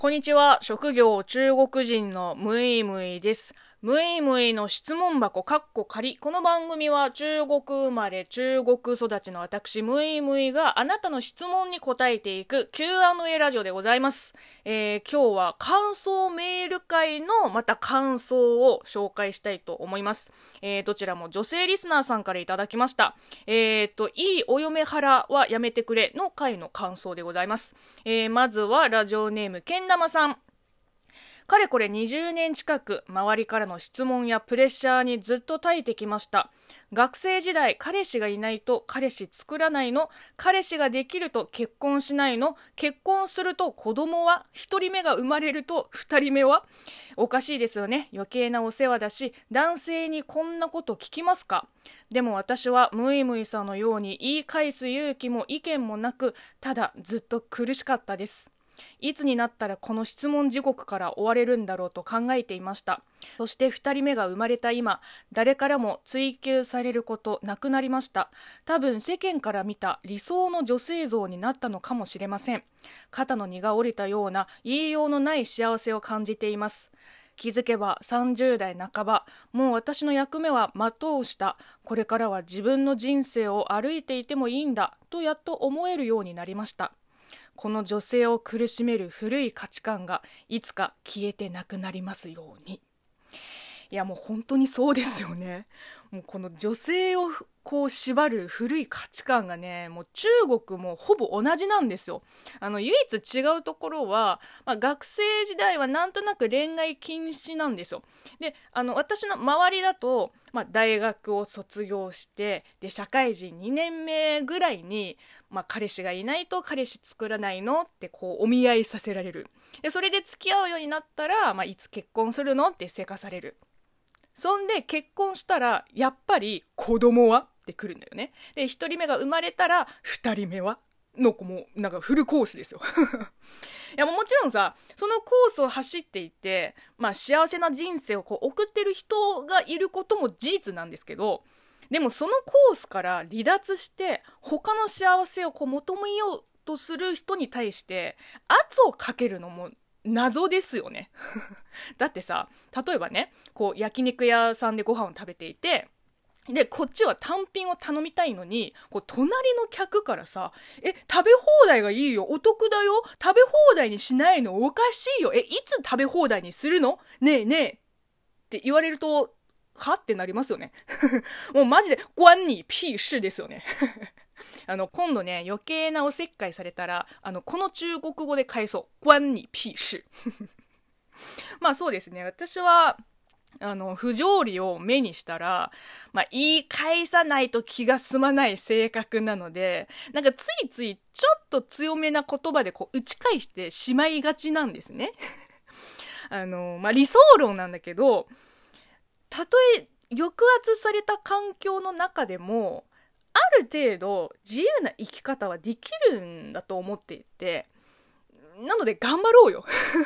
こんにちは。職業中国人のムイムイです。ムイムイの質問箱仮。この番組は中国生まれ中国育ちの私ムイムイがあなたの質問に答えていく Q&A ラジオでございます。今日は感想メール会のまた感想を紹介したいと思います。どちらも女性リスナーさんからいただきました。いいお嫁はらはやめてくれの回の感想でございます。まずはラジオネームけんだまさん。かれこれ20年近く周りからの質問やプレッシャーにずっと耐えてきました。学生時代彼氏がいないと彼氏作らないの？彼氏ができると結婚しないの？結婚すると子供は？一人目が生まれると二人目は？おかしいですよね。余計なお世話だし、男性にこんなこと聞きますか？でも私はムイムイさんのように言い返す勇気も意見もなく、ただずっと苦しかったです。いつになったらこの質問地獄から終われるんだろうと考えていました。そして2人目が生まれた今、誰からも追求されることなくなりました。多分世間から見た理想の女性像になったのかもしれません。肩の荷が下りたような言いようのない幸せを感じています。気づけば30代半ば、もう私の役目は全うした。これからは自分の人生を歩いていてもいいんだとやっと思えるようになりました。この女性を苦しめる古い価値観がいつか消えてなくなりますように。いやもう本当にそうですよね。もうこの女性をこう縛る古い価値観がね、もう中国もほぼ同じなんですよ。唯一違うところは、学生時代はなんとなく恋愛禁止なんですよ。で、私の周りだと、大学を卒業して、で、社会人2年目ぐらいに、彼氏がいないと彼氏作らないのってこうお見合いさせられる。で、それで付き合うようになったら、いつ結婚するのってせかされる。そんで結婚したらやっぱり子供はってくるんだよね。で一人目が生まれたら二人目はの子もなんかフルコースですよ。いやもちろんさ、そのコースを走っていて、幸せな人生をこう送ってる人がいることも事実なんですけど、でもそのコースから離脱して他の幸せをこう求めようとする人に対して圧をかけるのも謎ですよね。だってさ、例えばね、こう焼肉屋さんでご飯を食べていて、でこっちは単品を頼みたいのに、こう隣の客からさ、食べ放題がいいよ、お得だよ、食べ放題にしないのおかしいよ、いつ食べ放題にするの、ねえねえって言われると、はってなりますよね。もうマジで关你屁事ですよね。今度ね、余計なおせっかいされたら、この中国語で返そう。关你屁事。そうですね。私は、不条理を目にしたら、言い返さないと気が済まない性格なので、なんかついついちょっと強めな言葉でこう打ち返してしまいがちなんですね。理想論なんだけど、たとえ抑圧された環境の中でも、ある程度自由な生き方はできるんだと思っていて、なので頑張ろうよ。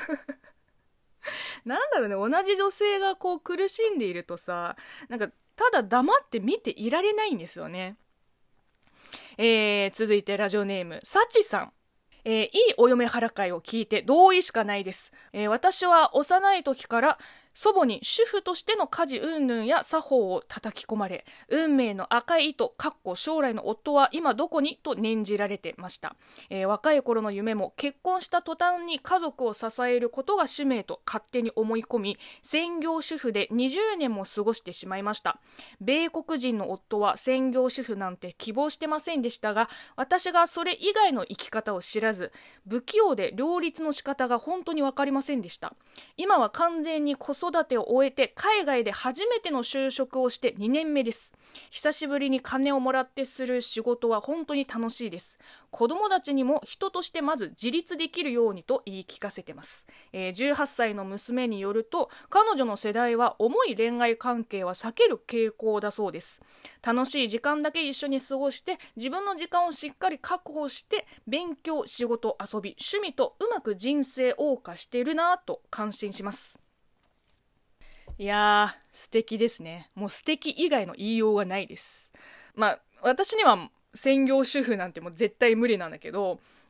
なんだろうね、同じ女性がこう苦しんでいるとさ、なんかただ黙って見ていられないんですよね。続いてラジオネームサチさん。いいお嫁はら会を聞いて同意しかないです。私は幼い時から祖母に主婦としての家事云々や作法を叩き込まれ、運命の赤い糸、将来の夫は今どこにと念じられてました。若い頃の夢も結婚した途端に家族を支えることが使命と勝手に思い込み、専業主婦で20年も過ごしてしまいました。米国人の夫は専業主婦なんて希望してませんでしたが、私がそれ以外の生き方を知らず、不器用で両立の仕方が本当に分かりませんでした。今は完全に子育てを終えて海外で初めての就職をして2年目です。久しぶりに金をもらってする仕事は本当に楽しいです。子供たちにも人としてまず自立できるようにと言い聞かせてます。18歳の娘によると、彼女の世代は重い恋愛関係は避ける傾向だそうです。楽しい時間だけ一緒に過ごして自分の時間をしっかり確保して勉強、仕事、遊び、趣味とうまく人生謳歌しているなぁと感心します。いやー、素敵ですね。もう素敵以外の言いようがないです。私には専業主婦なんてもう絶対無理なんだけど、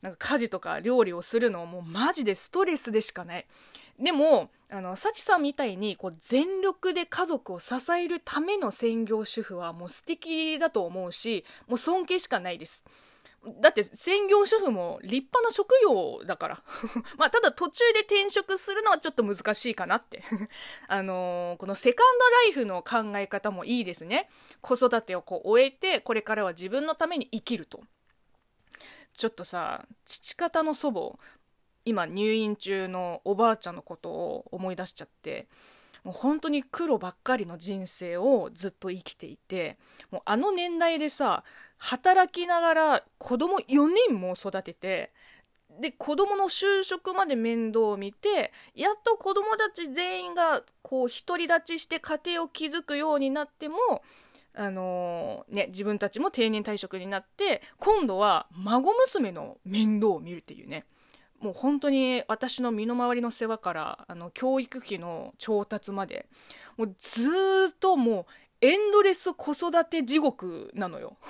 なんか家事とか料理をするのもうマジでストレスでしかない。でも幸さんみたいにこう全力で家族を支えるための専業主婦はもう素敵だと思うし、もう尊敬しかないです。だって専業主婦も立派な職業だからまあただ途中で転職するのはちょっと難しいかなってこのセカンドライフの考え方もいいですね。子育てをこう終えてこれからは自分のために生きると。ちょっとさ、父方の祖母、今入院中のおばあちゃんのことを思い出しちゃって、もう本当に苦労ばっかりの人生をずっと生きていて、もうあの年代でさ、働きながら子供4人も育てて、で子供の就職まで面倒を見て、やっと子供たち全員がこう独り立ちして家庭を築くようになっても、自分たちも定年退職になって今度は孫娘の面倒を見るっていうね。もう本当に私の身の回りの世話から教育費の調達までもうずーっともうエンドレス子育て地獄なのよ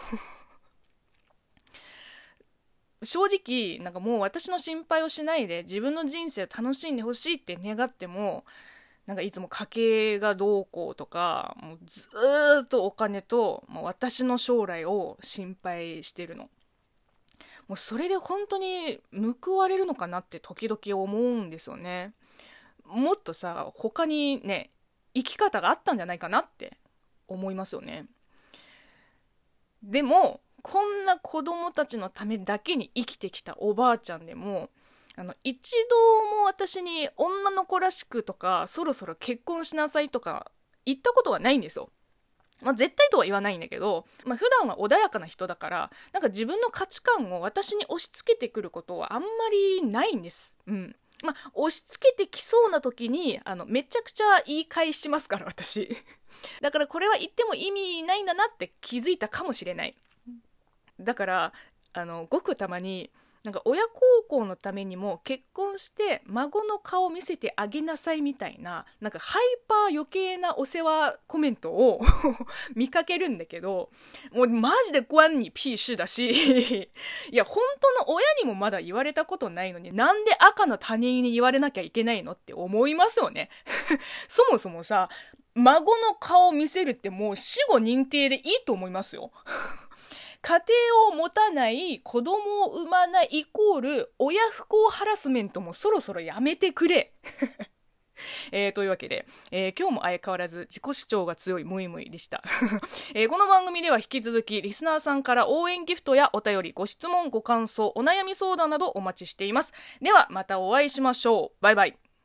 正直なんかもう私の心配をしないで自分の人生を楽しんでほしいって願っても、なんかいつも家計がどうこうとか、もうずーっとお金と、私の将来を心配してるの。もうそれで本当に報われるのかなって時々思うんですよね。もっとさ、他にね、生き方があったんじゃないかなって思いますよね。でも、こんな子供たちのためだけに生きてきたおばあちゃんでも、一度も私に女の子らしくとか、そろそろ結婚しなさいとか言ったことはないんですよ。絶対とは言わないんだけど、普段は穏やかな人だから、なんか自分の価値観を私に押し付けてくることはあんまりないんです。うん。押し付けてきそうな時に、めちゃくちゃ言い返しますから、私。だからこれは言っても意味ないんだなって気づいたかもしれない。だから、ごくたまに、なんか親孝行のためにも結婚して孫の顔見せてあげなさいみたいな、なんかハイパー余計なお世話コメントを見かけるんだけど、もうマジで关你屁事だしいや本当の親にもまだ言われたことないのに、なんで赤の他人に言われなきゃいけないのって思いますよねそもそもさ、孫の顔見せるってもう死後認定でいいと思いますよ家庭を持たない、子供を産まないイコール親不孝ハラスメントもそろそろやめてくれというわけで、今日も相変わらず自己主張が強いムイムイでした、この番組では引き続きリスナーさんから応援ギフトやお便り、ご質問、ご感想、お悩み相談などお待ちしています。ではまたお会いしましょう。バイバイ。